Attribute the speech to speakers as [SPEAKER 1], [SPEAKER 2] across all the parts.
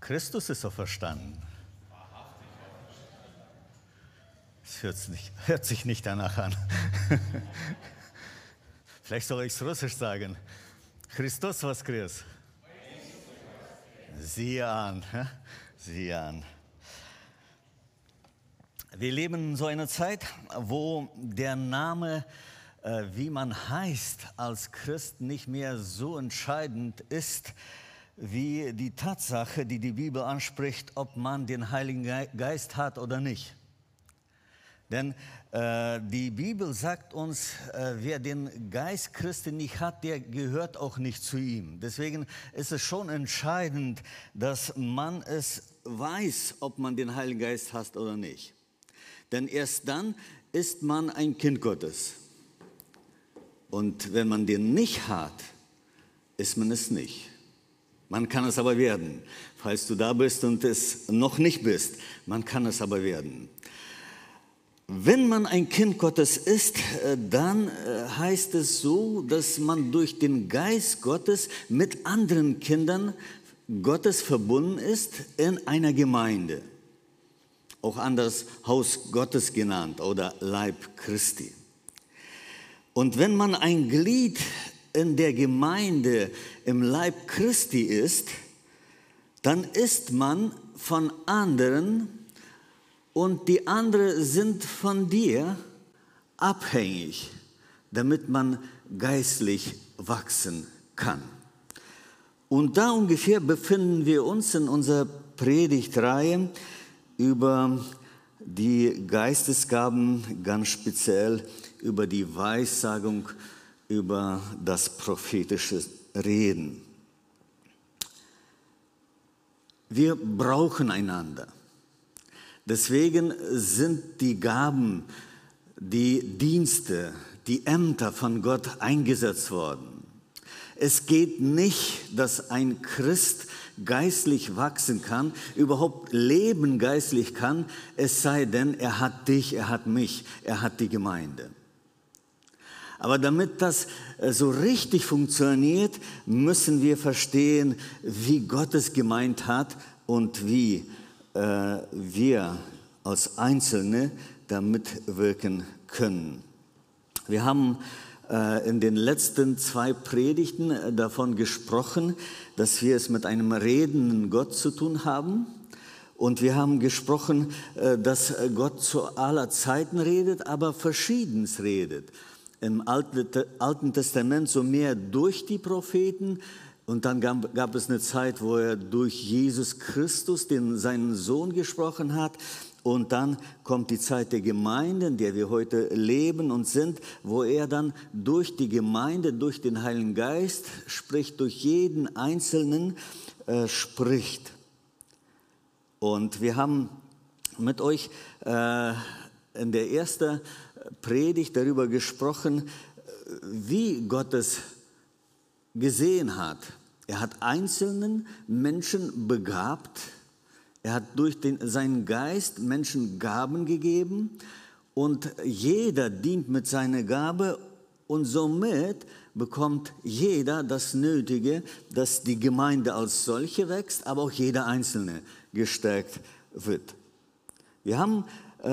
[SPEAKER 1] Christus ist auferstanden. Es hört sich nicht danach an. Vielleicht soll ich es russisch sagen. Christus воскрес. Siehe an. Siehe an. Wir leben in so einer Zeit, wo der Name, wie man heißt als Christ, nicht mehr so entscheidend ist, wie die Tatsache, die die Bibel anspricht, ob man den Heiligen Geist hat oder nicht. Denn die Bibel sagt uns, wer den Geist Christi nicht hat, der gehört auch nicht zu ihm. Deswegen ist es schon entscheidend, dass man es weiß, ob man den Heiligen Geist hat oder nicht. Denn erst dann ist man ein Kind Gottes. Und wenn man den nicht hat, ist man es nicht. Man kann es aber werden. Falls du da bist und es noch nicht bist, man kann es aber werden. Wenn man ein Kind Gottes ist, dann heißt es so, dass man durch den Geist Gottes mit anderen Kindern Gottes verbunden ist in einer Gemeinde. Auch anders Haus Gottes genannt oder Leib Christi. Und wenn man ein Glied in der Gemeinde im Leib Christi ist, dann ist man von anderen und die anderen sind von dir abhängig, damit man geistlich wachsen kann. Und da ungefähr befinden wir uns in unserer Predigtreihe über die Geistesgaben, ganz speziell über die Weissagung, über das prophetische Reden. Wir brauchen einander. Deswegen sind die Gaben, die Dienste, die Ämter von Gott eingesetzt worden. Es geht nicht, dass ein Christ geistlich wachsen kann, überhaupt leben geistlich kann, es sei denn, er hat dich, er hat mich, er hat die Gemeinde. Aber damit das so richtig funktioniert, müssen wir verstehen, wie Gott es gemeint hat und wie wir als Einzelne damit wirken können. Wir haben in den letzten 2 Predigten davon gesprochen, dass wir es mit einem redenden Gott zu tun haben. Und wir haben gesprochen, dass Gott zu aller Zeiten redet, aber verschiedens redet. Im Alten Testament so mehr durch die Propheten. Und dann gab es eine Zeit, wo er durch Jesus Christus, seinen Sohn, gesprochen hat. Und dann kommt die Zeit der Gemeinde, in der wir heute leben und sind, wo er dann durch die Gemeinde, durch den Heiligen Geist, sprich durch jeden Einzelnen, spricht. Und wir haben mit euch in der ersten Predigt darüber gesprochen, wie Gott es gesehen hat. Er hat einzelnen Menschen begabt, er hat durch seinen Geist Menschen Gaben gegeben und jeder dient mit seiner Gabe und somit bekommt jeder das Nötige, dass die Gemeinde als solche wächst, aber auch jeder Einzelne gestärkt wird. Wir haben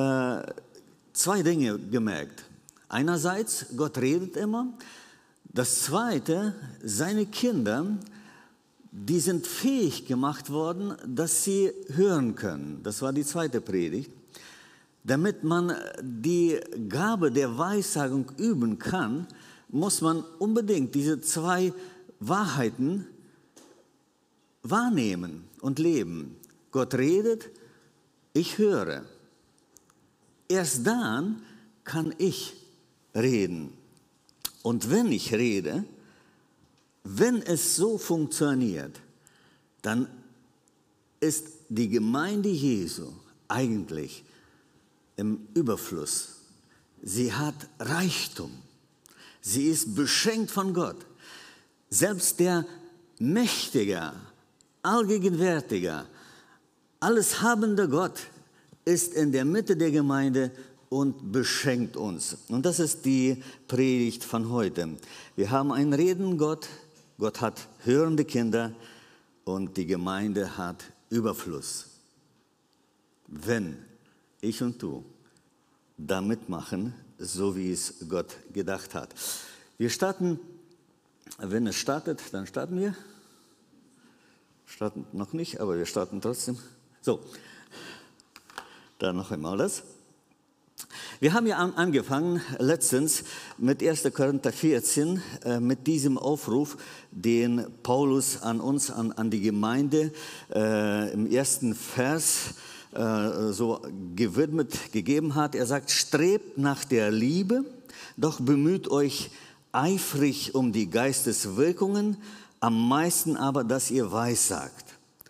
[SPEAKER 1] 2 Dinge gemerkt. Einerseits, Gott redet immer. Das Zweite, seine Kinder, die sind fähig gemacht worden, dass sie hören können. Das war die zweite Predigt. Damit man die Gabe der Weissagung üben kann, muss man unbedingt diese 2 Wahrheiten wahrnehmen und leben. Gott redet, ich höre. Erst dann kann ich reden. Und wenn ich rede, wenn es so funktioniert, dann ist die Gemeinde Jesu eigentlich im Überfluss. Sie hat Reichtum. Sie ist beschenkt von Gott. Selbst der mächtige, allgegenwärtige, alles habende Gott ist in der Mitte der Gemeinde und beschenkt uns. Und das ist die Predigt von heute. Wir haben einen redenden Gott, Gott hat hörende Kinder und die Gemeinde hat Überfluss, wenn ich und du da mitmachen, so wie es Gott gedacht hat. Wir starten, wenn es startet, dann starten wir. Starten noch nicht, aber wir starten trotzdem. So, dann noch einmal das. Wir haben ja angefangen letztens mit 1. Korinther 14, mit diesem Aufruf, den Paulus an uns, an die Gemeinde im ersten Vers so gewidmet gegeben hat. Er sagt, strebt nach der Liebe, doch bemüht euch eifrig um die Geisteswirkungen, am meisten aber, dass ihr weissagt.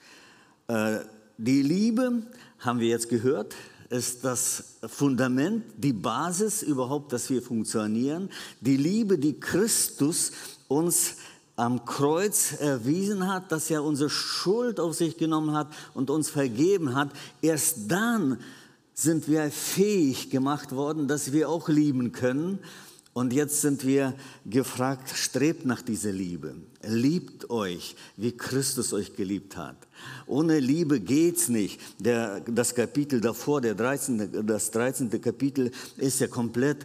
[SPEAKER 1] Die Liebe, haben wir jetzt gehört, ist das Fundament, die Basis überhaupt, dass wir funktionieren. Die Liebe, die Christus uns am Kreuz erwiesen hat, dass er unsere Schuld auf sich genommen hat und uns vergeben hat. Erst dann sind wir fähig gemacht worden, dass wir auch lieben können. Und jetzt sind wir gefragt, strebt nach dieser Liebe. Liebt euch, wie Christus euch geliebt hat. Ohne Liebe geht's nicht. Das Kapitel davor, das 13. Kapitel, ist ja komplett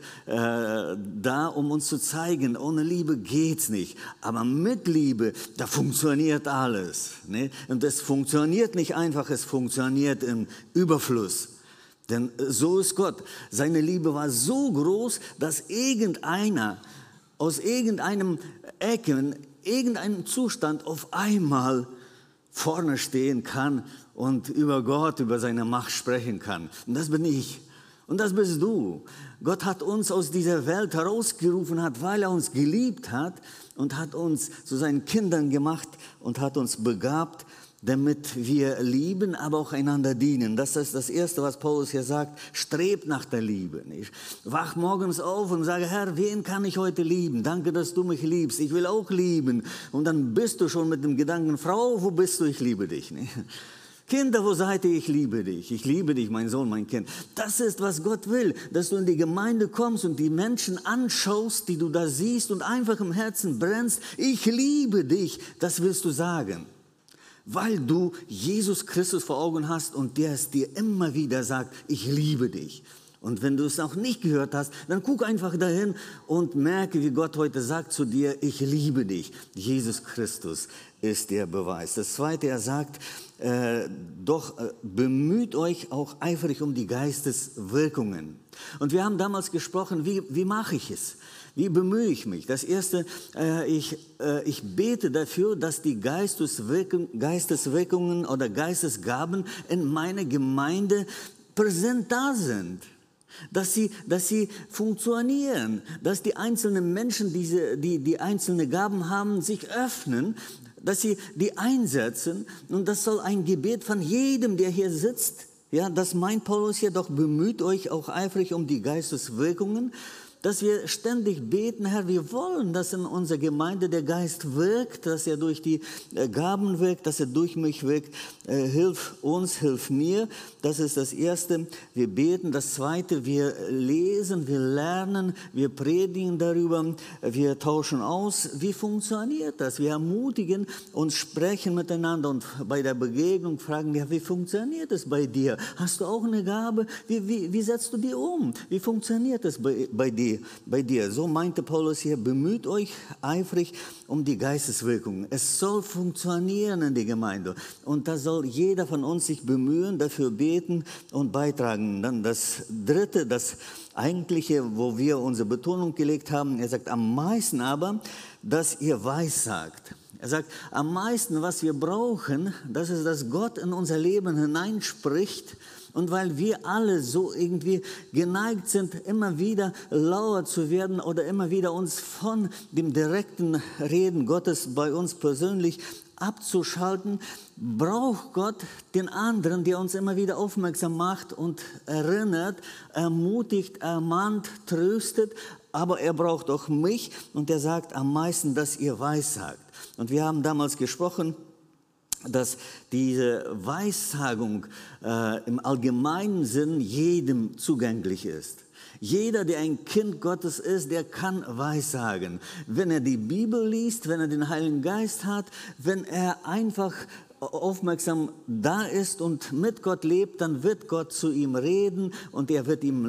[SPEAKER 1] da, um uns zu zeigen, ohne Liebe geht's nicht. Aber mit Liebe, da funktioniert alles. Ne? Und es funktioniert nicht einfach, es funktioniert im Überfluss. Denn so ist Gott. Seine Liebe war so groß, dass irgendeiner aus irgendeinem Ecken, irgendeinem Zustand auf einmal vorne stehen kann und über Gott, über seine Macht sprechen kann. Und das bin ich. Und das bist du. Gott hat uns aus dieser Welt herausgerufen, weil er uns geliebt hat und hat uns zu seinen Kindern gemacht und hat uns begabt, damit wir lieben, aber auch einander dienen. Das ist das Erste, was Paulus hier sagt. Strebt nach der Liebe. Ich wach morgens auf und sage, Herr, wen kann ich heute lieben? Danke, dass du mich liebst. Ich will auch lieben. Und dann bist du schon mit dem Gedanken, Frau, wo bist du? Ich liebe dich. Kinder, wo seid ihr? Ich liebe dich. Ich liebe dich, mein Sohn, mein Kind. Das ist, was Gott will, dass du in die Gemeinde kommst und die Menschen anschaust, die du da siehst und einfach im Herzen brennst. Ich liebe dich. Das willst du sagen. Weil du Jesus Christus vor Augen hast und der es dir immer wieder sagt, ich liebe dich. Und wenn du es noch nicht gehört hast, dann guck einfach dahin und merke, wie Gott heute sagt zu dir, ich liebe dich. Jesus Christus ist der Beweis. Das Zweite, er sagt, bemüht euch auch eifrig um die Geisteswirkungen. Und wir haben damals gesprochen, wie mache ich es? Wie bemühe ich mich? Das Erste, ich bete dafür, dass die Geisteswirkungen oder Geistesgaben in meiner Gemeinde präsent da sind. Dass sie funktionieren, dass die einzelnen Menschen, die einzelne Gaben haben, sich öffnen, dass sie die einsetzen. Und das soll ein Gebet von jedem, der hier sitzt. Ja, das meint Paulus hier, doch bemüht euch auch eifrig um die Geisteswirkungen, dass wir ständig beten, Herr, wir wollen, dass in unserer Gemeinde der Geist wirkt, dass er durch die Gaben wirkt, dass er durch mich wirkt. Hilf uns, hilf mir. Das ist das Erste. Wir beten. Das Zweite, wir lesen, wir lernen, wir predigen darüber, wir tauschen aus. Wie funktioniert das? Wir ermutigen und sprechen miteinander und bei der Begegnung fragen wir, wie funktioniert es bei dir? Hast du auch eine Gabe? Wie setzt du die um? Wie funktioniert es bei dir? So meinte Paulus hier, bemüht euch eifrig um die Geisteswirkungen. Es soll funktionieren in der Gemeinde. Und da soll jeder von uns sich bemühen, dafür beten und beitragen. Dann das Dritte, das Eigentliche, wo wir unsere Betonung gelegt haben, er sagt, am meisten aber, dass ihr weissagt. Er sagt, am meisten, was wir brauchen, das ist, dass Gott in unser Leben hineinspricht. Und weil wir alle so irgendwie geneigt sind, immer wieder lauer zu werden oder immer wieder uns von dem direkten Reden Gottes bei uns persönlich abzuschalten, braucht Gott den anderen, der uns immer wieder aufmerksam macht und erinnert, ermutigt, ermahnt, tröstet. Aber er braucht auch mich und er sagt am meisten, dass ihr weissagt. Und wir haben damals gesprochen, dass diese Weissagung im allgemeinen Sinn jedem zugänglich ist. Jeder, der ein Kind Gottes ist, der kann Weissagen. Wenn er die Bibel liest, wenn er den Heiligen Geist hat, wenn er einfach aufmerksam da ist und mit Gott lebt, dann wird Gott zu ihm reden und er wird ihm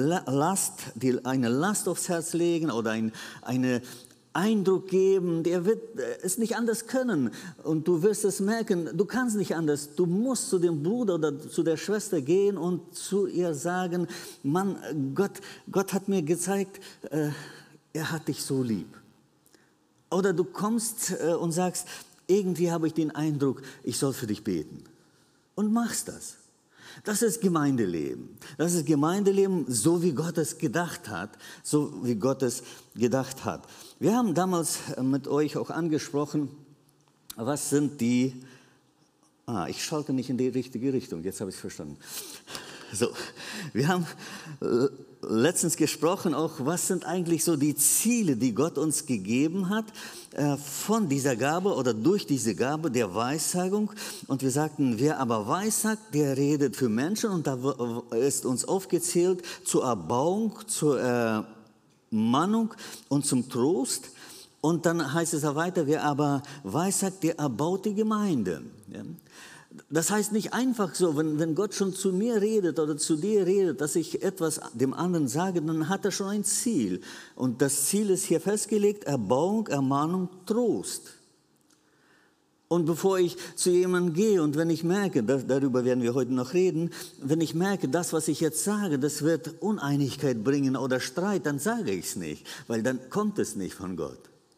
[SPEAKER 1] eine Last aufs Herz legen oder einen Eindruck geben. Der wird es nicht anders können und du wirst es merken, du kannst nicht anders. Du musst zu dem Bruder oder zu der Schwester gehen und zu ihr sagen, Mann, Gott hat mir gezeigt, er hat dich so lieb. Oder du kommst und sagst, irgendwie habe ich den Eindruck, ich soll für dich beten. Und machst das. Das ist Gemeindeleben. Das ist Gemeindeleben, so wie Gott es gedacht hat. So wie Gott es gedacht hat. Wir haben damals mit euch auch angesprochen, was sind die... ich schalte nicht in die richtige Richtung, jetzt habe ich es verstanden. So, wir haben letztens gesprochen auch, was sind eigentlich so die Ziele, die Gott uns gegeben hat von dieser Gabe oder durch diese Gabe der Weissagung. Und wir sagten, wer aber weissagt, der redet für Menschen. Und da ist uns aufgezählt zur Erbauung, zur Ermahnung und zum Trost. Und dann heißt es auch weiter, wer aber weissagt, der erbaut die Gemeinde. Ja? Das heißt nicht einfach so, wenn Gott schon zu mir redet oder zu dir redet, dass ich etwas dem anderen sage, dann hat er schon ein Ziel. Und das Ziel ist hier festgelegt, Erbauung, Ermahnung, Trost. Und bevor ich zu jemandem gehe und wenn ich merke, darüber werden wir heute noch reden, wenn ich merke, das, was ich jetzt sage, das wird Uneinigkeit bringen oder Streit, dann sage ich es nicht, weil dann kommt es nicht von Gott.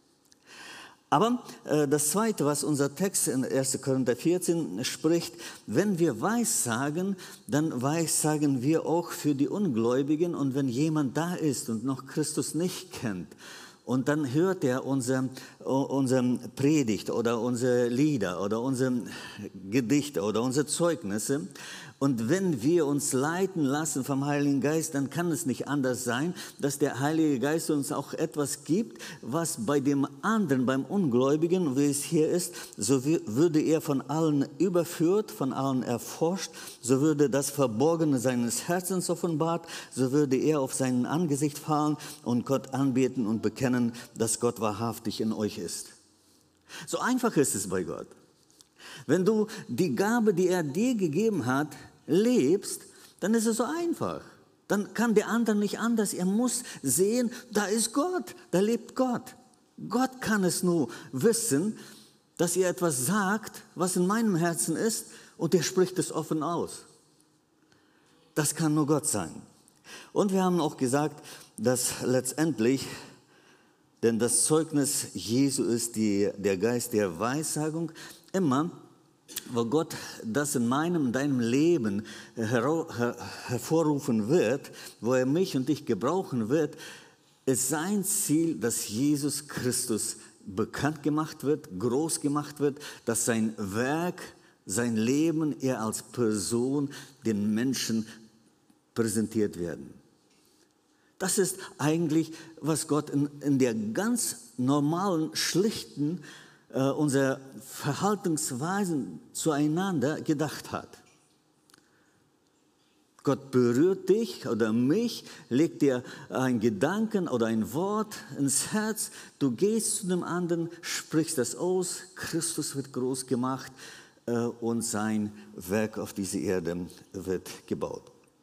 [SPEAKER 1] Aber das Zweite, was unser Text in 1. Korinther 14 spricht, wenn wir Weissagen, dann weissagen wir auch für die Ungläubigen. Und wenn jemand da ist und noch Christus nicht kennt, und dann hört er unsere Predigt oder unsere Lieder oder unsere Gedichte oder unsere Zeugnisse. Und wenn wir uns leiten lassen vom Heiligen Geist, dann kann es nicht anders sein, dass der Heilige Geist uns auch etwas gibt, was bei dem anderen, beim Ungläubigen, wie es hier ist, so würde er von allen überführt, von allen erforscht, so würde das Verborgene seines Herzens offenbart, so würde er auf sein Angesicht fallen und Gott anbeten und bekennen, dass Gott wahrhaftig in euch ist. So einfach ist es bei Gott. Wenn du die Gabe, die er dir gegeben hat, lebst, dann ist es so einfach. Dann kann der andere nicht anders. Er muss sehen, da ist Gott, da lebt Gott. Gott kann es nur wissen, dass er etwas sagt, was in meinem Herzen ist, und er spricht es offen aus. Das kann nur Gott sein. Und wir haben auch gesagt, dass letztendlich, denn das Zeugnis Jesu ist der Geist der Weissagung, immer, wo Gott das in meinem, deinem Leben hervorrufen wird, wo er mich und dich gebrauchen wird, ist sein Ziel, dass Jesus Christus bekannt gemacht wird, groß gemacht wird, dass sein Werk, sein Leben, er als Person den Menschen präsentiert werden. Das ist eigentlich, was Gott in der ganz normalen, schlichten unsere Verhaltensweisen zueinander gedacht hat. Gott berührt dich oder mich, legt dir einen Gedanken oder ein Wort ins Herz, du gehst zu dem anderen, sprichst das aus, Christus wird groß gemacht und sein Werk auf dieser Erde wird gebaut.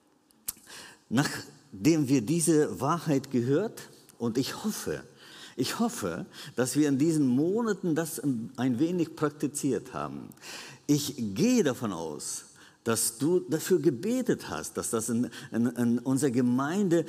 [SPEAKER 1] Nachdem wir diese Wahrheit gehört, und ich hoffe, dass wir in diesen Monaten das ein wenig praktiziert haben. Ich gehe davon aus, dass du dafür gebetet hast, dass das in unserer Gemeinde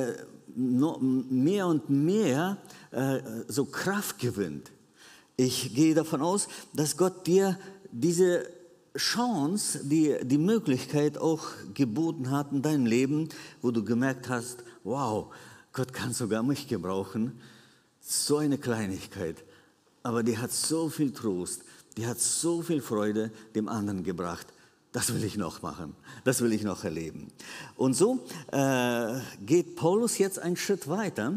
[SPEAKER 1] mehr und mehr so Kraft gewinnt. Ich gehe davon aus, dass Gott dir diese Chance, die Möglichkeit auch geboten hat in deinem Leben, wo du gemerkt hast, wow, Gott kann sogar mich gebrauchen. So eine Kleinigkeit, aber die hat so viel Trost, die hat so viel Freude dem anderen gebracht. Das will ich noch machen, das will ich noch erleben. Und so geht Paulus jetzt einen Schritt weiter.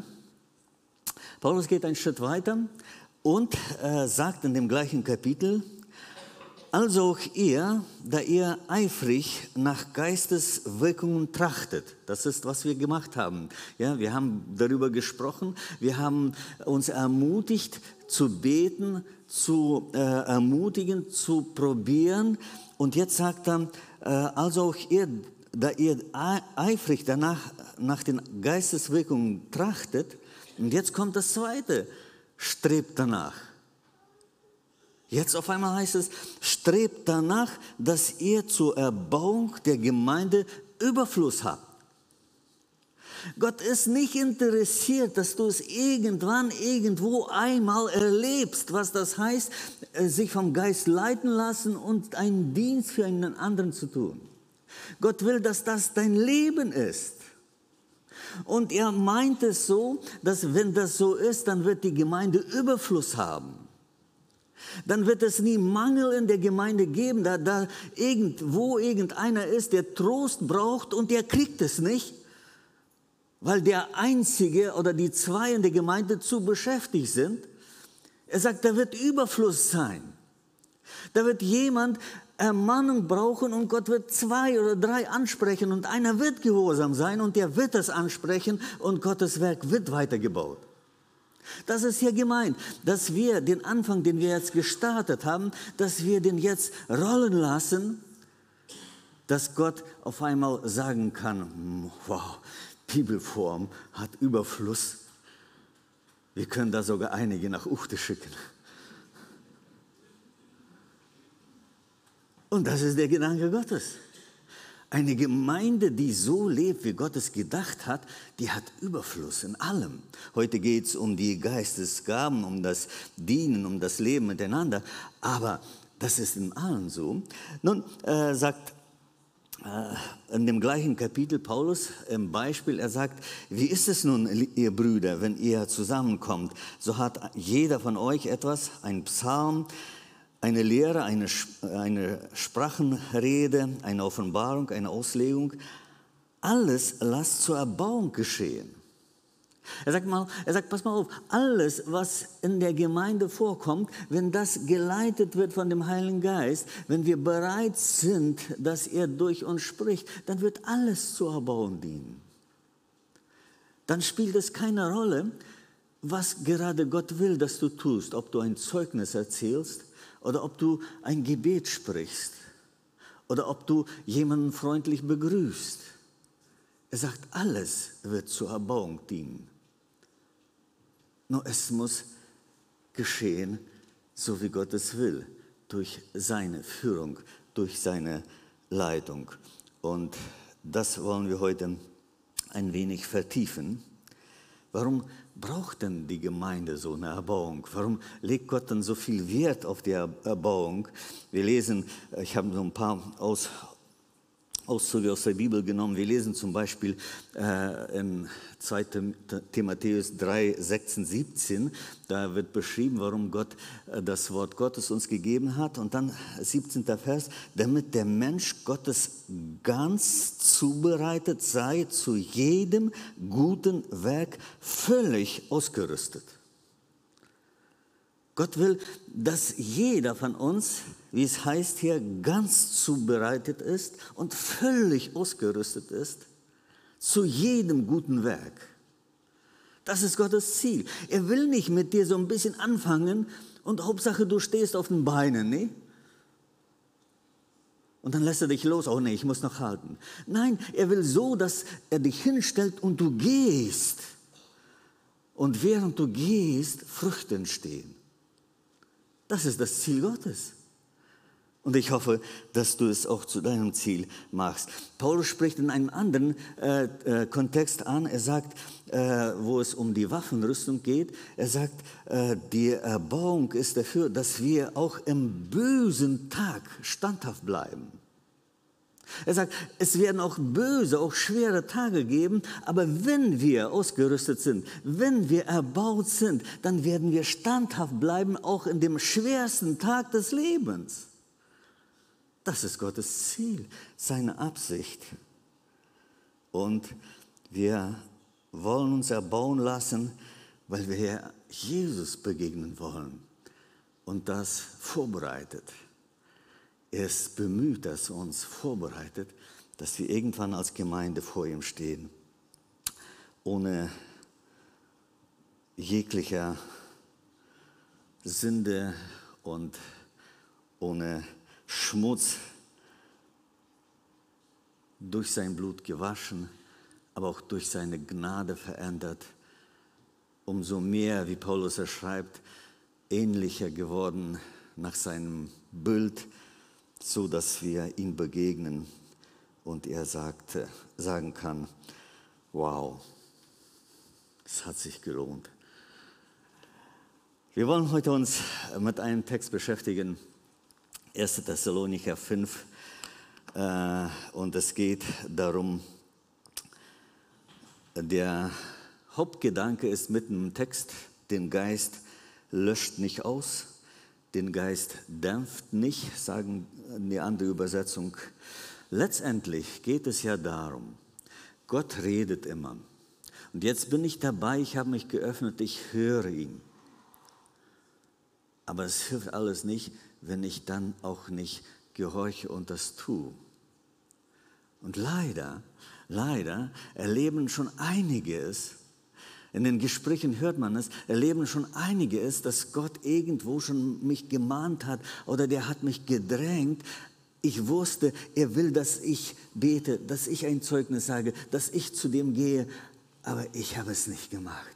[SPEAKER 1] Paulus geht einen Schritt weiter und sagt in dem gleichen Kapitel, Also auch ihr, da ihr eifrig nach Geisteswirkungen trachtet. Das ist, was wir gemacht haben. Ja, wir haben darüber gesprochen. Wir haben uns ermutigt zu beten, zu ermutigen, zu probieren. Und jetzt sagt er, also auch ihr, da ihr eifrig danach nach den Geisteswirkungen trachtet. Und jetzt kommt das Zweite, strebt danach. Jetzt auf einmal heißt es, strebt danach, dass ihr zur Erbauung der Gemeinde Überfluss habt. Gott ist nicht interessiert, dass du es irgendwann, irgendwo einmal erlebst, was das heißt, sich vom Geist leiten lassen und einen Dienst für einen anderen zu tun. Gott will, dass das dein Leben ist. Und er meint es so, dass wenn das so ist, dann wird die Gemeinde Überfluss haben. Dann wird es nie Mangel in der Gemeinde geben, da irgendwo irgendeiner ist, der Trost braucht und der kriegt es nicht, weil der Einzige oder die zwei in der Gemeinde zu beschäftigt sind. Er sagt, da wird Überfluss sein. Da wird jemand Ermahnung brauchen und Gott wird 2 oder 3 ansprechen und einer wird gehorsam sein und der wird das ansprechen und Gottes Werk wird weitergebaut. Das ist hier gemeint, dass wir den Anfang, den wir jetzt gestartet haben, dass wir den jetzt rollen lassen, dass Gott auf einmal sagen kann, wow, Bibelform hat Überfluss. Wir können da sogar einige nach Uchte schicken. Und das ist der Gedanke Gottes. Eine Gemeinde, die so lebt, wie Gott es gedacht hat, die hat Überfluss in allem. Heute geht es um die Geistesgaben, um das Dienen, um das Leben miteinander. Aber das ist in allem so. Nun sagt in dem gleichen Kapitel Paulus im Beispiel, er sagt, wie ist es nun, ihr Brüder, wenn ihr zusammenkommt? So hat jeder von euch etwas, ein Psalm, eine Lehre, eine Sprachenrede, eine Offenbarung, eine Auslegung, alles lasst zur Erbauung geschehen. Er sagt, pass mal auf, alles, was in der Gemeinde vorkommt, wenn das geleitet wird von dem Heiligen Geist, wenn wir bereit sind, dass er durch uns spricht, dann wird alles zur Erbauung dienen. Dann spielt es keine Rolle, was gerade Gott will, dass du tust, ob du ein Zeugnis erzählst, oder ob du ein Gebet sprichst oder ob du jemanden freundlich begrüßt. Er sagt, alles wird zur Erbauung dienen. Nur es muss geschehen, so wie Gott es will, durch seine Führung, durch seine Leitung. Und das wollen wir heute ein wenig vertiefen. Warum braucht denn die Gemeinde so eine Erbauung? Warum legt Gott dann so viel Wert auf die Erbauung? Wir lesen, ich habe so ein paar Auszüge aus der Bibel genommen. Wir lesen zum Beispiel in 2. Timotheus 3, 16, 17. Da wird beschrieben, warum Gott das Wort Gottes uns gegeben hat. Und dann 17. Vers, damit der Mensch Gottes ganz zubereitet sei, zu jedem guten Werk völlig ausgerüstet. Gott will, dass jeder von uns, wie es heißt hier, ganz zubereitet ist und völlig ausgerüstet ist zu jedem guten Werk. Das ist Gottes Ziel. Er will nicht mit dir so ein bisschen anfangen und Hauptsache du stehst auf den Beinen, ne? Und dann lässt er dich los, oh nee, ich muss noch halten. Nein, er will so, dass er dich hinstellt und du gehst. Und während du gehst, Früchte entstehen. Das ist das Ziel Gottes. Und ich hoffe, dass du es auch zu deinem Ziel machst. Paulus spricht in einem anderen Kontext an. Er sagt, wo es um die Waffenrüstung geht, er sagt, die Erbauung ist dafür, dass wir auch im bösen Tag standhaft bleiben. Er sagt, es werden auch böse, auch schwere Tage geben, aber wenn wir ausgerüstet sind, wenn wir erbaut sind, dann werden wir standhaft bleiben, auch in dem schwersten Tag des Lebens. Das ist Gottes Ziel, seine Absicht. Und wir wollen uns erbauen lassen, weil wir Jesus begegnen wollen. Und das vorbereitet. er ist bemüht, dass er uns vorbereitet, dass wir irgendwann als Gemeinde vor ihm stehen, ohne jeglicher Sünde und ohne Schmutz, durch sein Blut gewaschen, aber auch durch seine Gnade verändert, umso mehr, wie Paulus er schreibt, ähnlicher geworden nach seinem Bild, so dass wir ihm begegnen und er sagen kann, wow, es hat sich gelohnt. Wir wollen heute uns mit einem Text beschäftigen, 1. Thessalonicher 5, und es geht darum, der Hauptgedanke ist mitten im Text, den Geist löscht nicht aus, den Geist dämpft nicht, sagen die andere Übersetzung. Letztendlich geht es ja darum, Gott redet immer. Und jetzt bin ich dabei, ich habe mich geöffnet, ich höre ihn. Aber es hilft alles nicht, wenn ich dann auch nicht gehorche und das tue. Und leider erleben schon einige es, in den Gesprächen hört man es, erleben schon einige es, dass Gott irgendwo schon mich gemahnt hat oder der hat mich gedrängt. Ich wusste, er will, dass ich bete, dass ich ein Zeugnis sage, dass ich zu dem gehe, aber ich habe es nicht gemacht.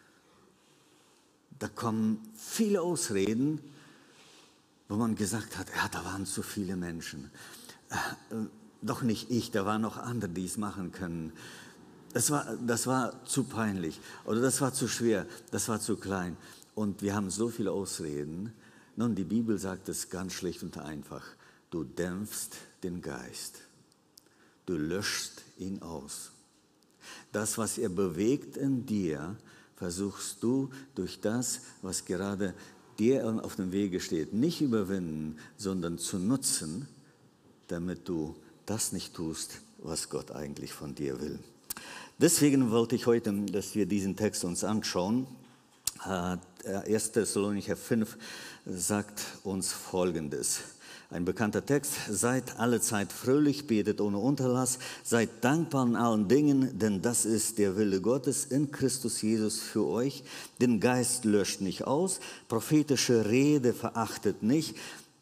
[SPEAKER 1] Da kommen viele Ausreden, wo man gesagt hat, ja, da waren zu viele Menschen. Doch nicht ich, da waren noch andere, die es machen können. Das war zu peinlich oder das war zu schwer, das war zu klein. Und wir haben so viele Ausreden. Nun, die Bibel sagt es ganz schlicht und einfach. Du dämpfst den Geist. Du löschst ihn aus. Das, was er bewegt in dir, versuchst du durch das, was gerade dir auf dem Wege steht, nicht überwinden, sondern zu nutzen, damit du das nicht tust, was Gott eigentlich von dir will. Deswegen wollte ich heute, dass wir diesen Text uns anschauen. 1. Thessalonicher 5 sagt uns Folgendes. Ein bekannter Text: Seid alle Zeit fröhlich, betet ohne Unterlass, seid dankbar in allen Dingen, denn das ist der Wille Gottes in Christus Jesus für euch. Den Geist löscht nicht aus, prophetische Rede verachtet nicht.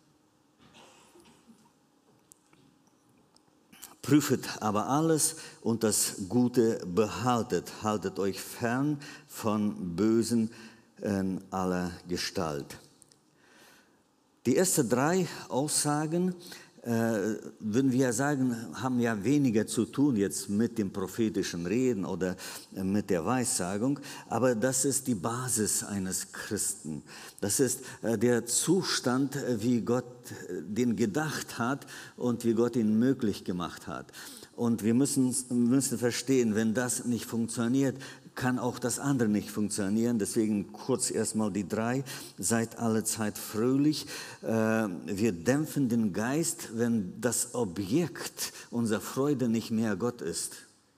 [SPEAKER 1] Prüfet aber alles und das Gute behaltet. Haltet euch fern von Bösen in aller Gestalt. Die ersten drei Aussagen, würden wir sagen, haben ja weniger zu tun jetzt mit dem prophetischen Reden oder mit der Weissagung, aber das ist die Basis eines Christen. Das ist der Zustand, wie Gott den gedacht hat und wie Gott ihn möglich gemacht hat. Und wir müssen verstehen, wenn das nicht funktioniert, kann auch das andere nicht funktionieren. Deswegen kurz erstmal die drei. Seid alle Zeit fröhlich. Wir dämpfen den Geist, wenn das Objekt unserer Freude nicht mehr Gott ist.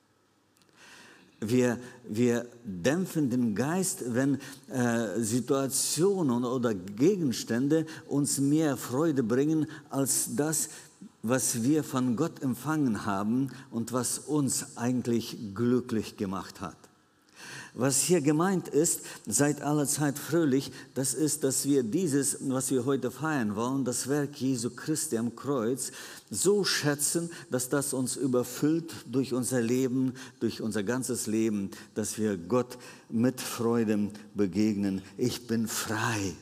[SPEAKER 1] Wir dämpfen den Geist, wenn Situationen oder Gegenstände uns mehr Freude bringen als das, was wir von Gott empfangen haben und was uns eigentlich glücklich gemacht hat. Was hier gemeint ist, seid alle Zeit fröhlich, das ist, dass wir dieses, was wir heute feiern wollen, das Werk Jesu Christi am Kreuz, so schätzen, dass das uns überfüllt durch unser Leben, durch unser ganzes Leben, dass wir Gott mit Freude begegnen. Ich bin frei.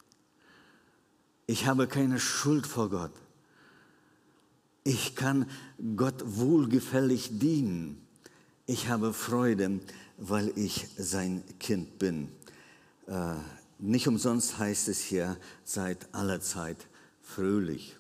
[SPEAKER 1] Ich habe keine Schuld vor Gott. Ich kann Gott wohlgefällig dienen. Ich habe Freude, weil ich sein Kind bin. Nicht umsonst heißt es hier, seid aller Zeit fröhlich.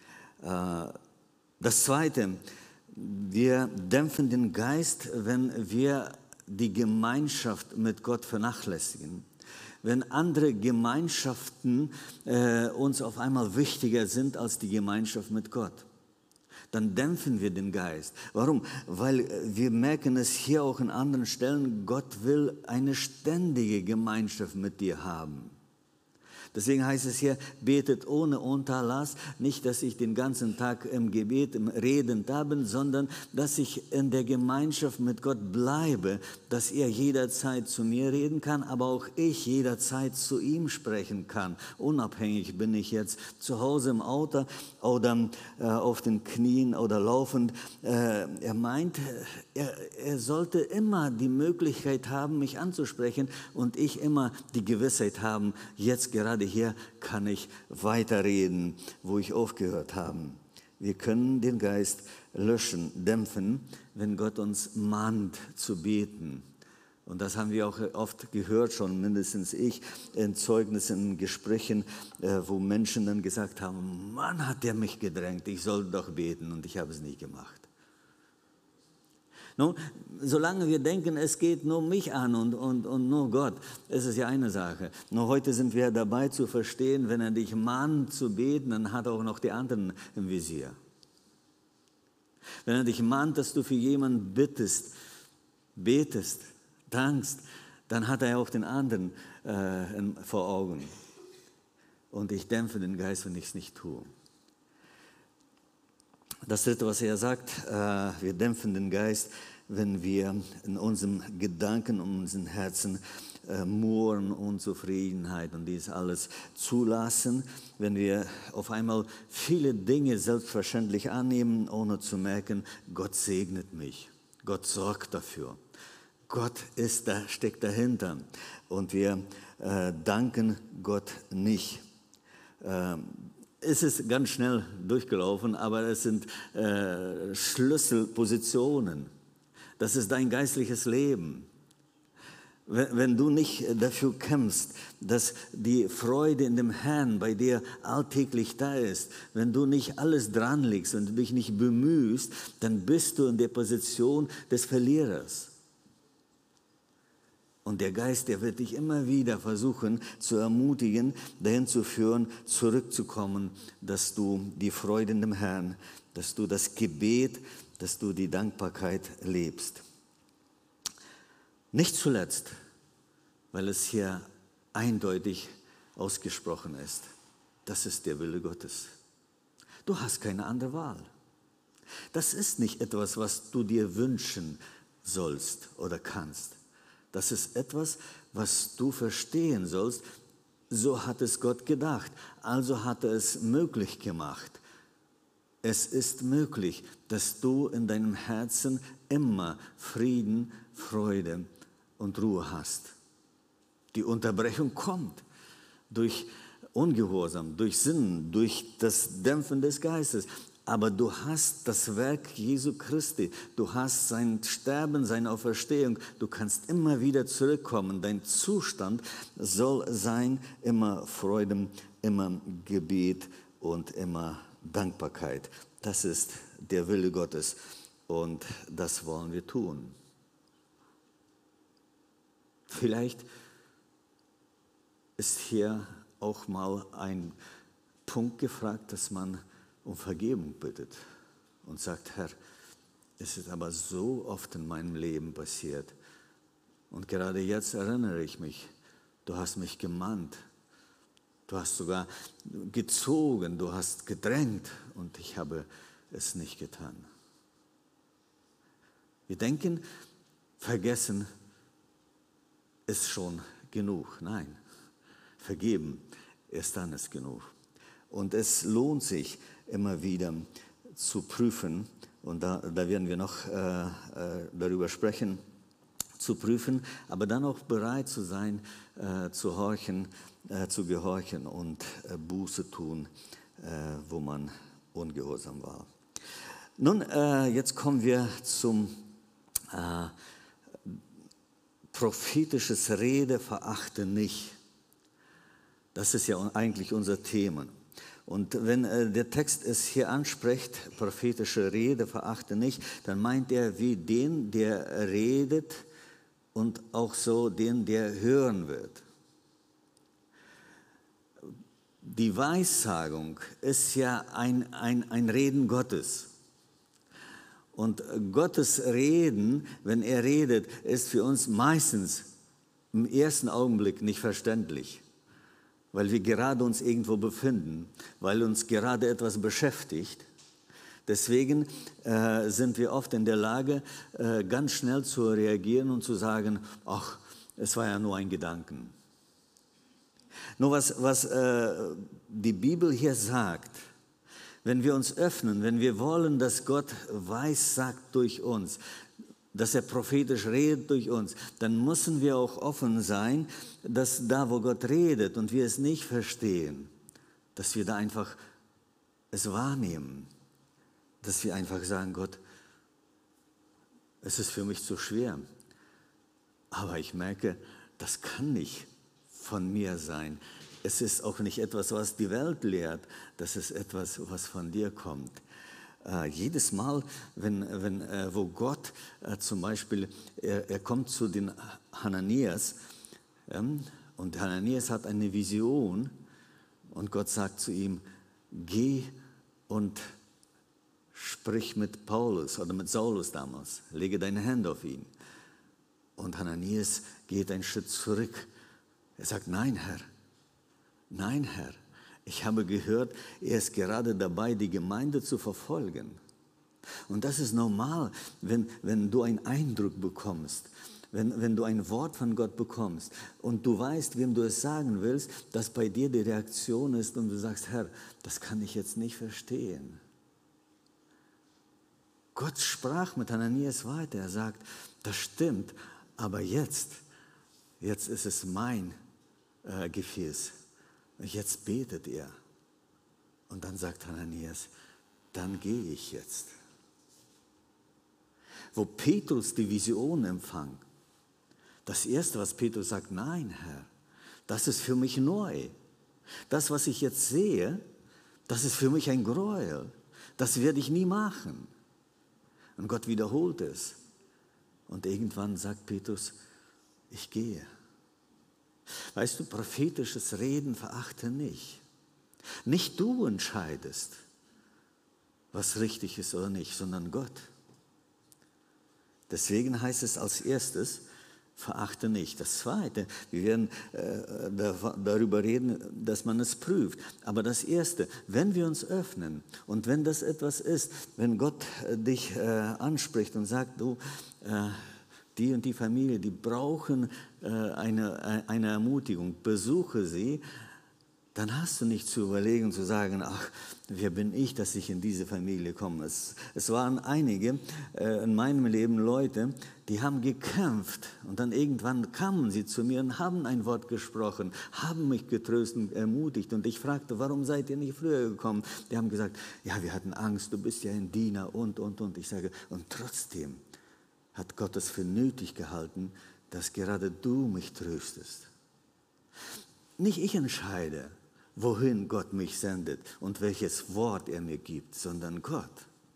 [SPEAKER 1] Das Zweite, wir dämpfen den Geist, wenn wir die Gemeinschaft mit Gott vernachlässigen. Wenn andere Gemeinschaften uns auf einmal wichtiger sind als die Gemeinschaft mit Gott, dann dämpfen wir den Geist. Warum? Weil wir merken es hier auch in anderen Stellen, Gott will eine ständige Gemeinschaft mit dir haben. Deswegen heißt es hier, betet ohne Unterlass. Nicht, dass ich den ganzen Tag im Gebet, im Reden da bin, sondern dass ich in der Gemeinschaft mit Gott bleibe, dass er jederzeit zu mir reden kann, aber auch ich jederzeit zu ihm sprechen kann. Unabhängig bin ich jetzt zu Hause im Auto oder auf den Knien oder laufend. Er meint, er sollte immer die Möglichkeit haben, mich anzusprechen und ich immer die Gewissheit haben, jetzt gerade hier kann ich weiterreden, wo ich aufgehört habe. Wir können den Geist löschen, dämpfen, wenn Gott uns mahnt zu beten. Und das haben wir auch oft gehört, schon mindestens ich, in Zeugnissen, in Gesprächen, wo Menschen dann gesagt haben, Mann, hat der mich gedrängt, ich sollte doch beten und ich habe es nicht gemacht. Nun, solange wir denken, es geht nur mich an und nur Gott, ist es ja eine Sache. Nur heute sind wir dabei zu verstehen, wenn er dich mahnt zu beten, dann hat er auch noch die anderen im Visier. Wenn er dich mahnt, dass du für jemanden betest, dankst, dann hat er auch den anderen vor Augen. Und ich dämpfe den Geist, wenn ich es nicht tue. Das Dritte, was er sagt, wir dämpfen den Geist, wenn wir in unserem Gedanken, in unseren Herzen Murren, Unzufriedenheit und dies alles zulassen, wenn wir auf einmal viele Dinge selbstverständlich annehmen, ohne zu merken, Gott segnet mich, Gott sorgt dafür, Gott steckt dahinter und wir danken Gott nicht. Es ist ganz schnell durchgelaufen, aber es sind Schlüsselpositionen. Das ist dein geistliches Leben. Wenn du nicht dafür kämpfst, dass die Freude in dem Herrn bei dir alltäglich da ist, wenn du nicht alles dran legst und dich nicht bemühst, dann bist du in der Position des Verlierers. Und der Geist, der wird dich immer wieder versuchen zu ermutigen, dahin zu führen, zurückzukommen, dass du die Freude in dem Herrn, dass du das Gebet, dass du die Dankbarkeit lebst. Nicht zuletzt, weil es hier eindeutig ausgesprochen ist, das ist der Wille Gottes. Du hast keine andere Wahl. Das ist nicht etwas, was du dir wünschen sollst oder kannst. Das ist etwas, was du verstehen sollst. So hat es Gott gedacht. Also hat er es möglich gemacht. Es ist möglich, dass du in deinem Herzen immer Frieden, Freude und Ruhe hast. Die Unterbrechung kommt durch Ungehorsam, durch Sinn, durch das Dämpfen des Geistes. Aber du hast das Werk Jesu Christi, du hast sein Sterben, seine Auferstehung, du kannst immer wieder zurückkommen. Dein Zustand soll sein immer Freude, immer Gebet und immer Dankbarkeit. Das ist der Wille Gottes und das wollen wir tun. Vielleicht ist hier auch mal ein Punkt gefragt, dass man um Vergebung bittet und sagt, Herr, es ist aber so oft in meinem Leben passiert und gerade jetzt erinnere ich mich, du hast mich gemahnt, du hast sogar gezogen, du hast gedrängt und ich habe es nicht getan. Wir denken, vergessen ist schon genug. Nein, vergeben, erst dann ist genug. Und es lohnt sich, immer wieder zu prüfen, und da werden wir noch darüber sprechen, zu prüfen, aber dann auch bereit zu sein, zu horchen, zu gehorchen und Buße tun, wo man ungehorsam war. Nun, jetzt kommen wir zum prophetisches Rede, verachte nicht. Das ist ja eigentlich unser Thema. Und wenn der Text es hier anspricht, prophetische Rede, verachte nicht, dann meint er wie den, der redet und auch so den, der hören wird. Die Weissagung ist ja ein Reden Gottes. Und Gottes Reden, wenn er redet, ist für uns meistens im ersten Augenblick nicht verständlich. weil wir gerade uns irgendwo befinden, weil uns gerade etwas beschäftigt. Deswegen sind wir oft in der Lage, ganz schnell zu reagieren und zu sagen, ach, es war ja nur ein Gedanken. Nur was die Bibel hier sagt, wenn wir uns öffnen, wenn wir wollen, dass Gott weissagt durch uns, dass er prophetisch redet durch uns, dann müssen wir auch offen sein, dass da, wo Gott redet und wir es nicht verstehen, dass wir da einfach es wahrnehmen, dass wir einfach sagen, Gott, es ist für mich zu schwer, aber ich merke, das kann nicht von mir sein. Es ist auch nicht etwas, was die Welt lehrt, das ist etwas, was von dir kommt. Jedes Mal, wo Gott zum Beispiel, er kommt zu den Hananias, und Hananias hat eine Vision und Gott sagt zu ihm, geh und sprich mit Paulus oder mit Saulus damals, lege deine Hände auf ihn. Und Hananias geht einen Schritt zurück. Er sagt, nein, Herr, ich habe gehört, er ist gerade dabei, die Gemeinde zu verfolgen. Und das ist normal, wenn du einen Eindruck bekommst, wenn du ein Wort von Gott bekommst und du weißt, wem du es sagen willst, dass bei dir die Reaktion ist und du sagst, Herr, das kann ich jetzt nicht verstehen. Gott sprach mit Hananias weiter, er sagt, das stimmt, aber jetzt ist es mein Gefäß. Jetzt betet er. Und dann sagt Hananias, dann gehe ich jetzt. Wo Petrus die Vision empfang, das Erste, was Petrus sagt, nein, Herr, das ist für mich neu. Das, was ich jetzt sehe, das ist für mich ein Gräuel. Das werde ich nie machen. Und Gott wiederholt es. Und irgendwann sagt Petrus, ich gehe. Weißt du, prophetisches Reden verachte nicht. Nicht du entscheidest, was richtig ist oder nicht, sondern Gott. Deswegen heißt es als erstes, verachte nicht. Das Zweite, wir werden darüber reden, dass man es prüft. Aber das Erste, wenn wir uns öffnen und wenn das etwas ist, wenn Gott dich anspricht und sagt, du, die und die Familie, die brauchen eine Ermutigung, besuche sie, dann hast du nicht zu überlegen, zu sagen, ach, wer bin ich, dass ich in diese Familie komme. Es waren einige in meinem Leben Leute, die haben gekämpft und dann irgendwann kamen sie zu mir und haben ein Wort gesprochen, haben mich getröstet und ermutigt und ich fragte, warum seid ihr nicht früher gekommen? Die haben gesagt, ja, wir hatten Angst, du bist ja ein Diener und. Ich sage, und trotzdem hat Gott es für nötig gehalten, dass gerade du mich tröstest. Nicht ich entscheide, wohin Gott mich sendet und welches Wort er mir gibt, sondern Gott.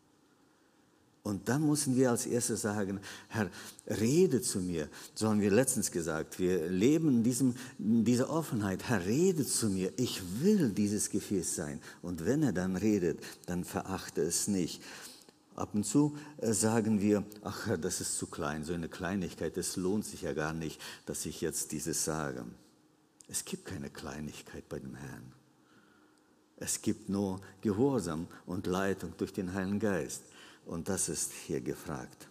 [SPEAKER 1] Und dann müssen wir als erstes sagen, Herr, rede zu mir. So haben wir letztens gesagt, wir leben in dieser Offenheit. Herr, rede zu mir. Ich will dieses Gefäß sein. Und wenn er dann redet, dann verachte es nicht. Ab und zu sagen wir, ach Herr, das ist zu klein, so eine Kleinigkeit, es lohnt sich ja gar nicht, dass ich jetzt dieses sage. Es gibt keine Kleinigkeit bei dem Herrn. Es gibt nur Gehorsam und Leitung durch den Heiligen Geist. Und das ist hier gefragt.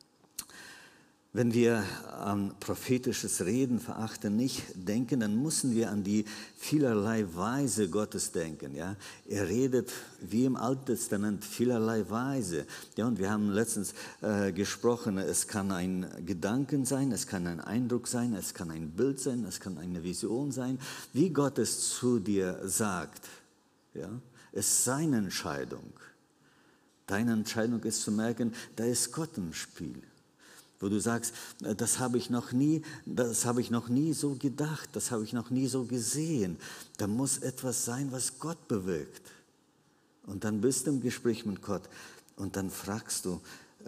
[SPEAKER 1] Wenn wir an prophetisches Reden verachten nicht denken, dann müssen wir an die vielerlei Weise Gottes denken. Ja? Er redet wie im Alten Testament vielerlei Weise. Ja, und wir haben letztens gesprochen, es kann ein Gedanken sein, es kann ein Eindruck sein, es kann ein Bild sein, es kann eine Vision sein. Wie Gott es zu dir sagt, ja, ist seine Entscheidung. Deine Entscheidung ist zu merken, da ist Gott im Spiel. Wo du sagst, das habe ich noch nie so gedacht, das habe ich noch nie so gesehen. Da muss etwas sein, was Gott bewirkt. Und dann bist du im Gespräch mit Gott und dann fragst du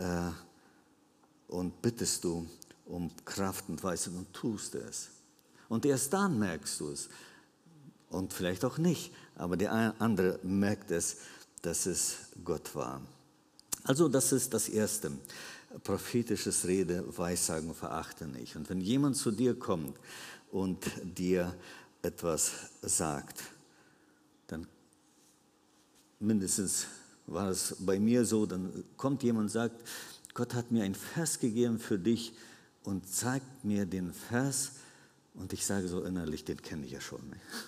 [SPEAKER 1] und bittest du um Kraft und Weisheit und tust es. Und erst dann merkst du es. Und vielleicht auch nicht, aber der andere merkt es, dass es Gott war. Also das ist das Erste. Prophetisches Rede, Weissagen verachte nicht. Und wenn jemand zu dir kommt und dir etwas sagt, dann mindestens war es bei mir so, dann kommt jemand und sagt, Gott hat mir einen Vers gegeben für dich und zeigt mir den Vers und ich sage so innerlich, den kenne ich ja schon.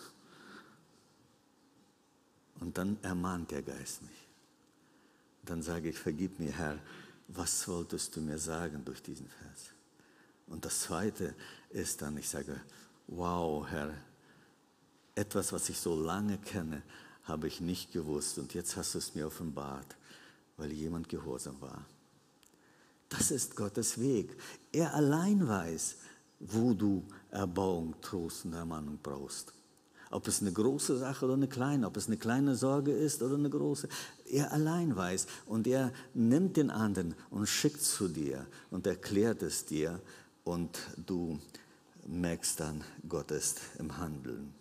[SPEAKER 1] Und dann ermahnt der Geist mich. Dann sage ich, vergib mir, Herr, was wolltest du mir sagen durch diesen Vers? Und das Zweite ist dann, ich sage, wow, Herr, etwas, was ich so lange kenne, habe ich nicht gewusst und jetzt hast du es mir offenbart, weil jemand gehorsam war. Das ist Gottes Weg. Er allein weiß, wo du Erbauung, Trost und Ermahnung brauchst. Ob es eine große Sache oder eine kleine, ob es eine kleine Sorge ist oder eine große. Er allein weiß und er nimmt den anderen und schickt zu dir und erklärt es dir und du merkst dann, Gott ist im Handeln.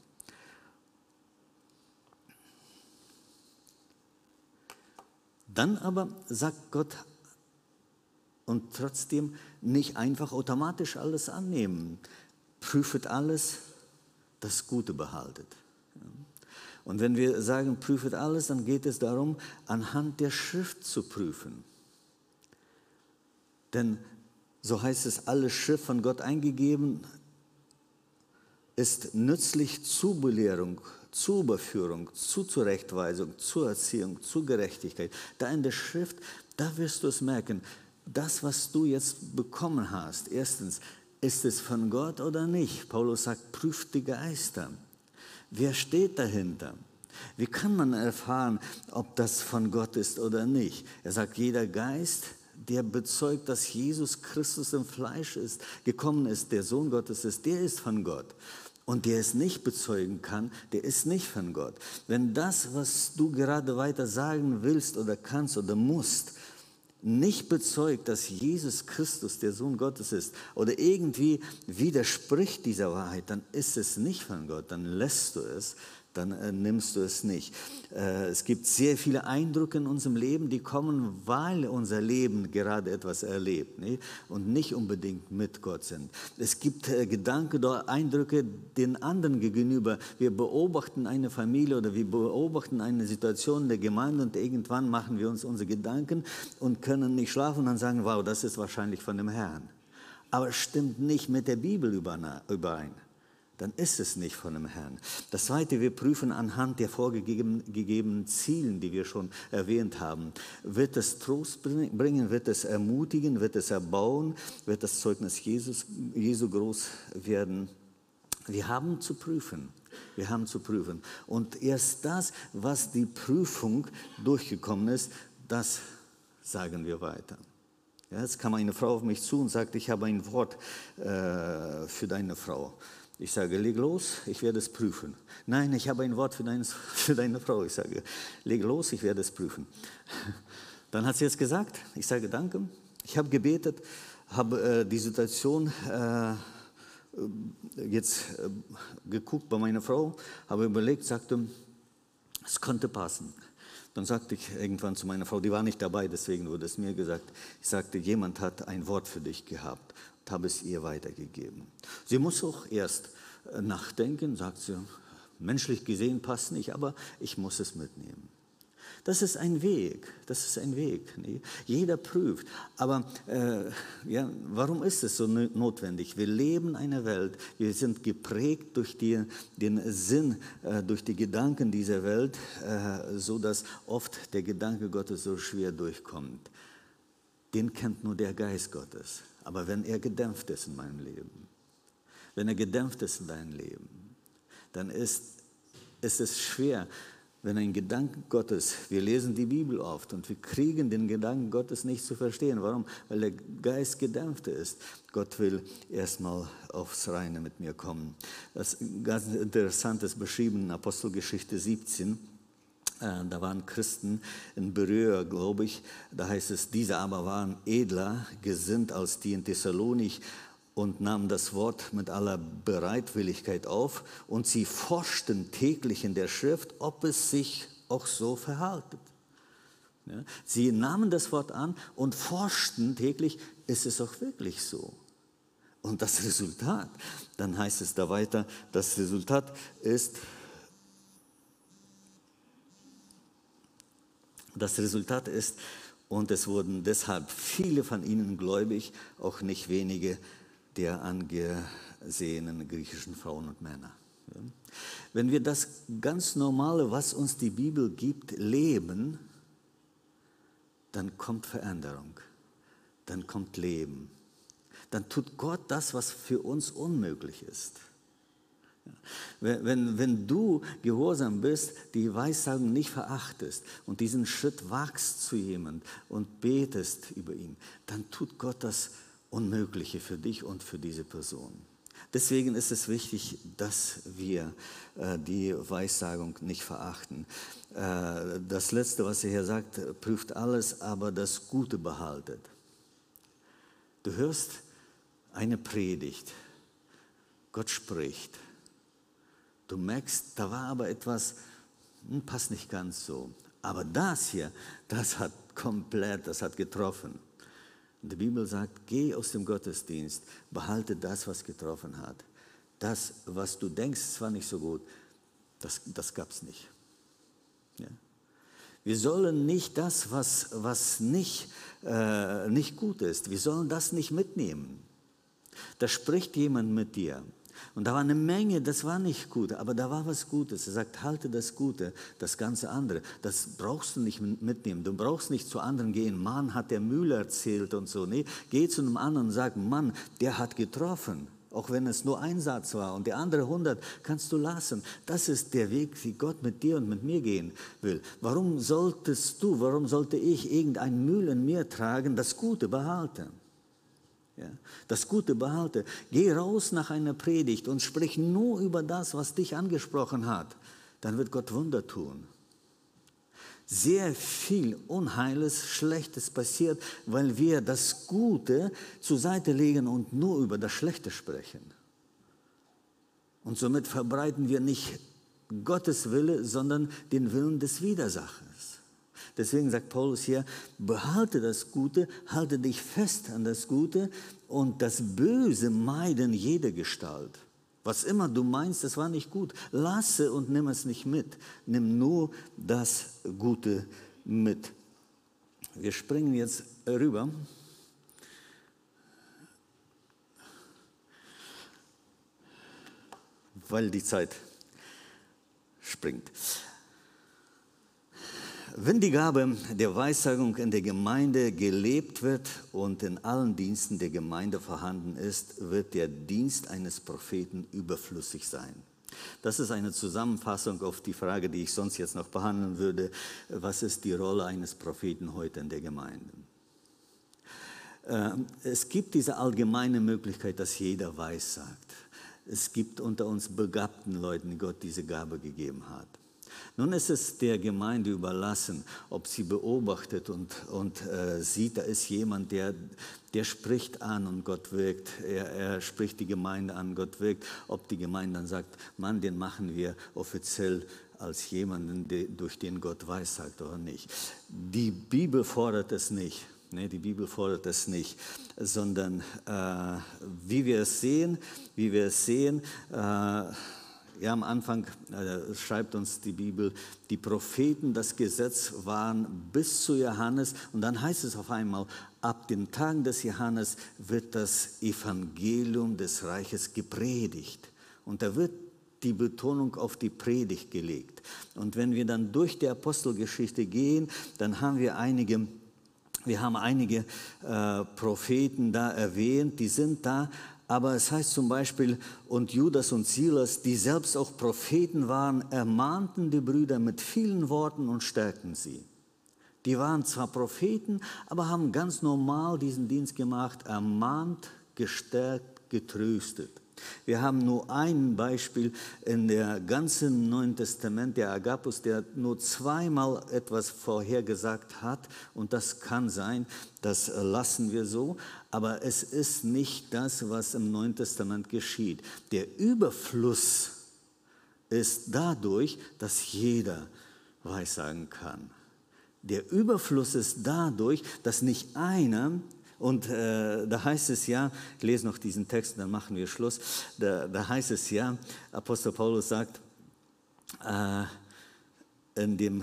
[SPEAKER 1] Dann aber sagt Gott, und trotzdem nicht einfach automatisch alles annehmen. Prüfet alles, das Gute behaltet. Und wenn wir sagen, prüfet alles, dann geht es darum, anhand der Schrift zu prüfen. Denn so heißt es, alle Schrift von Gott eingegeben ist nützlich zur Belehrung, zur Überführung, zur Zurechtweisung, zur Erziehung, zur Gerechtigkeit. Da in der Schrift, da wirst du es merken, das, was du jetzt bekommen hast, erstens, ist es von Gott oder nicht? Paulus sagt, prüft die Geister. Wer steht dahinter? Wie kann man erfahren, ob das von Gott ist oder nicht? Er sagt, jeder Geist, der bezeugt, dass Jesus Christus im Fleisch ist, gekommen ist, der Sohn Gottes ist, der ist von Gott. Und der es nicht bezeugen kann, der ist nicht von Gott. Wenn das, was du gerade weiter sagen willst oder kannst oder musst, nicht bezeugt, dass Jesus Christus der Sohn Gottes ist oder irgendwie widerspricht dieser Wahrheit, dann ist es nicht von Gott, dann lässt du es, dann nimmst du es nicht. Es gibt sehr viele Eindrücke in unserem Leben, die kommen, weil unser Leben gerade etwas erlebt, ne? Und nicht unbedingt mit Gott sind. Es gibt Gedanken oder Eindrücke den anderen gegenüber. Wir beobachten eine Familie oder wir beobachten eine Situation in der Gemeinde und irgendwann machen wir uns unsere Gedanken und können nicht schlafen und dann sagen, wow, das ist wahrscheinlich von dem Herrn. Aber es stimmt nicht mit der Bibel überein. Dann ist es nicht von dem Herrn. Das Zweite, wir prüfen anhand der vorgegebenen Zielen, die wir schon erwähnt haben. Wird es Trost bringen, wird es ermutigen, wird es erbauen, wird das Zeugnis Jesu groß werden? Wir haben zu prüfen. Wir haben zu prüfen. Und erst das, was die Prüfung durchgekommen ist, das sagen wir weiter. Ja, jetzt kam eine Frau auf mich zu und sagte, ich habe ein Wort für deine Frau. Ich sage, leg los, ich werde es prüfen. Nein, ich habe ein Wort für deine Frau. Ich sage, leg los, ich werde es prüfen. Dann hat sie es gesagt. Ich sage, danke. Ich habe gebetet, habe die Situation jetzt geguckt bei meiner Frau, habe überlegt, sagte, es könnte passen. Dann sagte ich irgendwann zu meiner Frau, die war nicht dabei, deswegen wurde es mir gesagt. Ich sagte, jemand hat ein Wort für dich gehabt. Habe es ihr weitergegeben. Sie muss auch erst nachdenken, sagt sie, menschlich gesehen passt nicht, aber ich muss es mitnehmen. Das ist ein Weg, das ist ein Weg. Nee? Jeder prüft. Aber ja, warum ist es so notwendig? Wir leben in einer Welt, wir sind geprägt durch den Sinn, durch die Gedanken dieser Welt, sodass oft der Gedanke Gottes so schwer durchkommt. Den kennt nur der Geist Gottes. Aber wenn er gedämpft ist in meinem Leben, wenn er gedämpft ist in deinem Leben, dann ist es schwer, wenn ein Gedanke Gottes, wir lesen die Bibel oft und wir kriegen den Gedanken Gottes nicht zu verstehen. Warum? Weil der Geist gedämpft ist. Gott will erstmal aufs Reine mit mir kommen. Das ist ganz interessant, ist beschrieben in Apostelgeschichte 17. Da waren Christen in Beröa, glaube ich. Da heißt es, diese aber waren edler gesinnt als die in Thessalonich und nahmen das Wort mit aller Bereitwilligkeit auf. Und sie forschten täglich in der Schrift, ob es sich auch so verhaltet. Ja, sie nahmen das Wort an und forschten täglich, ist es auch wirklich so? Und das Resultat, dann heißt es da weiter, das Resultat ist, und es wurden deshalb viele von ihnen gläubig, auch nicht wenige der angesehenen griechischen Frauen und Männer. Ja. Wenn wir das ganz Normale, was uns die Bibel gibt, leben, dann kommt Veränderung, dann kommt Leben. Dann tut Gott das, was für uns unmöglich ist. Wenn du gehorsam bist, die Weissagung nicht verachtest und diesen Schritt wagst zu jemandem und betest über ihn, dann tut Gott das Unmögliche für dich und für diese Person. Deswegen ist es wichtig, dass wir die Weissagung nicht verachten. Das Letzte, was er hier sagt, prüft alles, aber das Gute behaltet. Du hörst eine Predigt, Gott spricht. Du merkst, da war aber etwas, passt nicht ganz so. Aber das hier, das hat getroffen. Und die Bibel sagt, geh aus dem Gottesdienst, behalte das, was getroffen hat. Das, was du denkst, es war nicht so gut, das gab es nicht. Ja? Wir sollen nicht das, was nicht gut ist, wir sollen das nicht mitnehmen. Da spricht jemand mit dir. Und da war eine Menge, das war nicht gut, aber da war was Gutes. Er sagt, halte das Gute, das ganze andere, das brauchst du nicht mitnehmen. Du brauchst nicht zu anderen gehen, Mann, hat der Müller erzählt und so. Nee, geh zu einem anderen und sag, Mann, der hat getroffen. Auch wenn es nur ein Satz war und der andere 100, kannst du lassen. Das ist der Weg, wie Gott mit dir und mit mir gehen will. Warum sollte ich irgendein Müll in mir tragen, das Gute behalten? Ja, das Gute behalte. Geh raus nach einer Predigt und sprich nur über das, was dich angesprochen hat. Dann wird Gott Wunder tun. Sehr viel Unheiles, Schlechtes passiert, weil wir das Gute zur Seite legen und nur über das Schlechte sprechen. Und somit verbreiten wir nicht Gottes Wille, sondern den Willen des Widersachers. Deswegen sagt Paulus hier, behalte das Gute, halte dich fest an das Gute und das Böse meiden jede Gestalt. Was immer du meinst, das war nicht gut, lasse und nimm es nicht mit. Nimm nur das Gute mit. Wir springen jetzt rüber. Weil die Zeit springt. Wenn die Gabe der Weissagung in der Gemeinde gelebt wird und in allen Diensten der Gemeinde vorhanden ist, wird der Dienst eines Propheten überflüssig sein. Das ist eine Zusammenfassung auf die Frage, die ich sonst jetzt noch behandeln würde. Was ist die Rolle eines Propheten heute in der Gemeinde? Es gibt diese allgemeine Möglichkeit, dass jeder weissagt. Es gibt unter uns begabten Leuten, Gott diese Gabe gegeben hat. Nun ist es der Gemeinde überlassen, ob sie beobachtet und sieht, da ist jemand, der spricht an und Gott wirkt. Er spricht die Gemeinde an, Gott wirkt. Ob die Gemeinde dann sagt, Mann, den machen wir offiziell als jemanden, durch den Gott weissagt oder nicht. Die Bibel fordert es nicht. Nee, die Bibel fordert es nicht, sondern wie wir es sehen, ja, am Anfang schreibt uns die Bibel, die Propheten, das Gesetz waren bis zu Johannes und dann heißt es auf einmal, ab den Tagen des Johannes wird das Evangelium des Reiches gepredigt und da wird die Betonung auf die Predigt gelegt. Und wenn wir dann durch die Apostelgeschichte gehen, dann haben wir einige Propheten da erwähnt, die sind da. Aber es heißt zum Beispiel, und Judas und Silas, die selbst auch Propheten waren, ermahnten die Brüder mit vielen Worten und stärkten sie. Die waren zwar Propheten, aber haben ganz normal diesen Dienst gemacht, ermahnt, gestärkt, getröstet. Wir haben nur ein Beispiel in der ganzen Neuen Testament, der Agabus, der nur zweimal etwas vorhergesagt hat. Und das kann sein, das lassen wir so. Aber es ist nicht das, was im Neuen Testament geschieht. Der Überfluss ist dadurch, dass jeder weissagen kann. Der Überfluss ist dadurch, dass nicht einer Und da heißt es ja, ich lese noch diesen Text, dann machen wir Schluss. Da heißt es ja, Apostel Paulus sagt, in dem,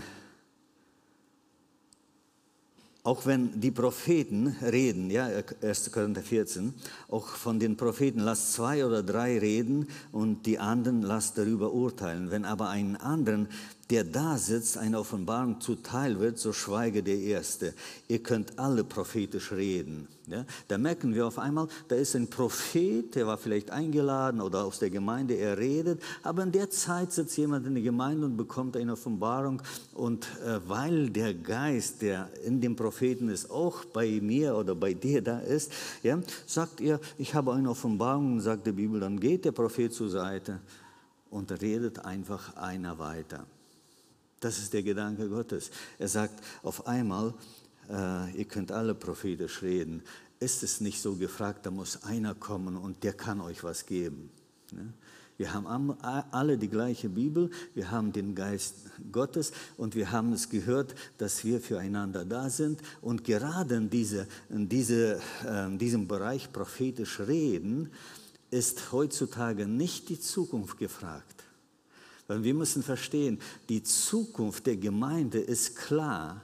[SPEAKER 1] auch wenn die Propheten reden, ja, 1. Korinther 14, auch von den Propheten lasst 2 oder 3 reden und die anderen lasst darüber urteilen. Wenn aber einen anderen, der da sitzt, eine Offenbarung zuteil wird, so schweige der Erste. Ihr könnt alle prophetisch reden. Ja? Da merken wir auf einmal, da ist ein Prophet, der war vielleicht eingeladen oder aus der Gemeinde, er redet, aber in der Zeit sitzt jemand in der Gemeinde und bekommt eine Offenbarung und weil der Geist, der in dem Propheten ist, auch bei mir oder bei dir da ist, ja, sagt er, ich habe eine Offenbarung, sagt die Bibel, dann geht der Prophet zur Seite und redet einfach einer weiter. Das ist der Gedanke Gottes. Er sagt auf einmal, ihr könnt alle prophetisch reden. Ist es nicht so gefragt, da muss einer kommen und der kann euch was geben. Ne? Wir haben alle die gleiche Bibel, wir haben den Geist Gottes und wir haben es gehört, dass wir füreinander da sind. Und gerade in diesem Bereich prophetisch reden, ist heutzutage nicht die Zukunft gefragt. Weil wir müssen verstehen, die Zukunft der Gemeinde ist klar.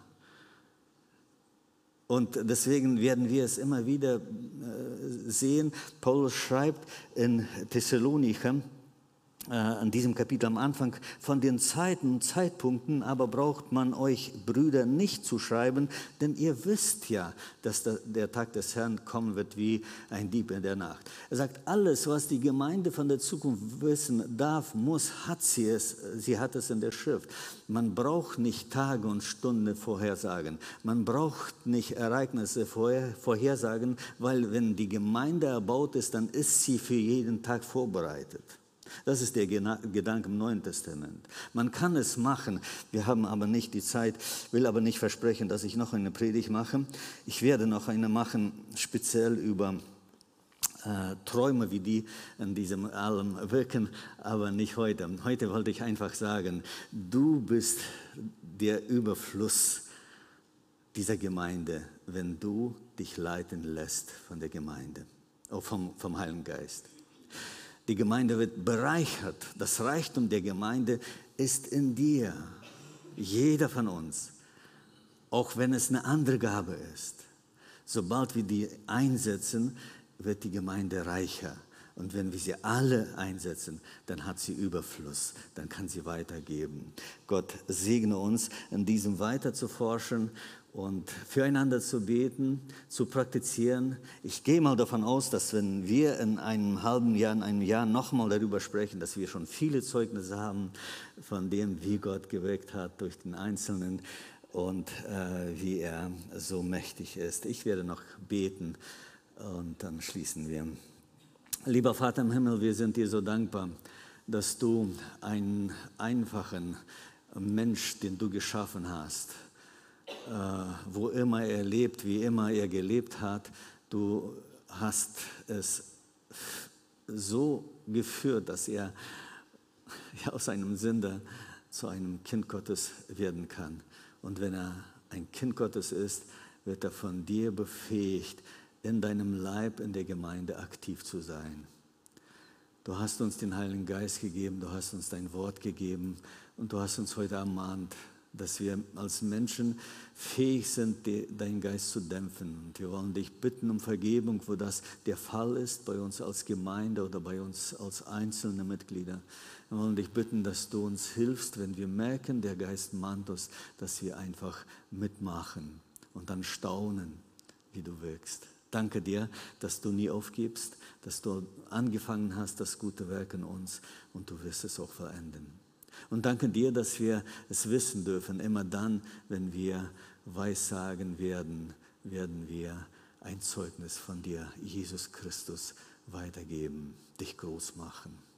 [SPEAKER 1] Und deswegen werden wir es immer wieder sehen. Paulus schreibt in Thessalonicher, an diesem Kapitel am Anfang, von den Zeiten und Zeitpunkten aber braucht man euch Brüder nicht zu schreiben, denn ihr wisst ja, dass der Tag des Herrn kommen wird wie ein Dieb in der Nacht. Er sagt, alles, was die Gemeinde von der Zukunft wissen darf, hat sie hat es in der Schrift. Man braucht nicht Tage und Stunden vorhersagen. Man braucht nicht Ereignisse vorhersagen, weil wenn die Gemeinde erbaut ist, dann ist sie für jeden Tag vorbereitet. Das ist der Gedanke im Neuen Testament. Man kann es machen, wir haben aber nicht die Zeit, will aber nicht versprechen, dass ich noch eine Predigt mache. Ich werde noch eine machen, speziell über Träume, wie die in diesem allem wirken, aber nicht heute. Heute wollte ich einfach sagen, du bist der Überfluss dieser Gemeinde, wenn du dich leiten lässt von der Gemeinde, vom Heiligen Geist. Die Gemeinde wird bereichert. Das Reichtum der Gemeinde ist in dir. Jeder von uns. Auch wenn es eine andere Gabe ist. Sobald wir die einsetzen, wird die Gemeinde reicher. Und wenn wir sie alle einsetzen, dann hat sie Überfluss. Dann kann sie weitergeben. Gott segne uns, in diesem weiter zu forschen und füreinander zu beten, zu praktizieren. Ich gehe mal davon aus, dass wenn wir in einem halben Jahr, in einem Jahr nochmal darüber sprechen, dass wir schon viele Zeugnisse haben von dem, wie Gott gewirkt hat durch den Einzelnen und wie er so mächtig ist. Ich werde noch beten und dann schließen wir. Lieber Vater im Himmel, wir sind dir so dankbar, dass du einen einfachen Mensch, den du geschaffen hast, wo immer er lebt, wie immer er gelebt hat, du hast es so geführt, dass er aus einem Sünder zu einem Kind Gottes werden kann. Und wenn er ein Kind Gottes ist, wird er von dir befähigt, in deinem Leib, in der Gemeinde aktiv zu sein. Du hast uns den Heiligen Geist gegeben, du hast uns dein Wort gegeben und du hast uns heute ermahnt, dass wir als Menschen fähig sind, deinen Geist zu dämpfen. Und wir wollen dich bitten um Vergebung, wo das der Fall ist, bei uns als Gemeinde oder bei uns als einzelne Mitglieder. Wir wollen dich bitten, dass du uns hilfst, wenn wir merken, der Geist mahnt uns, dass wir einfach mitmachen und dann staunen, wie du wirkst. Danke dir, dass du nie aufgibst, dass du angefangen hast, das gute Werk in uns und du wirst es auch vollenden. Und danke dir, dass wir es wissen dürfen, immer dann, wenn wir Weissagen werden, werden wir ein Zeugnis von dir, Jesus Christus, weitergeben, dich groß machen.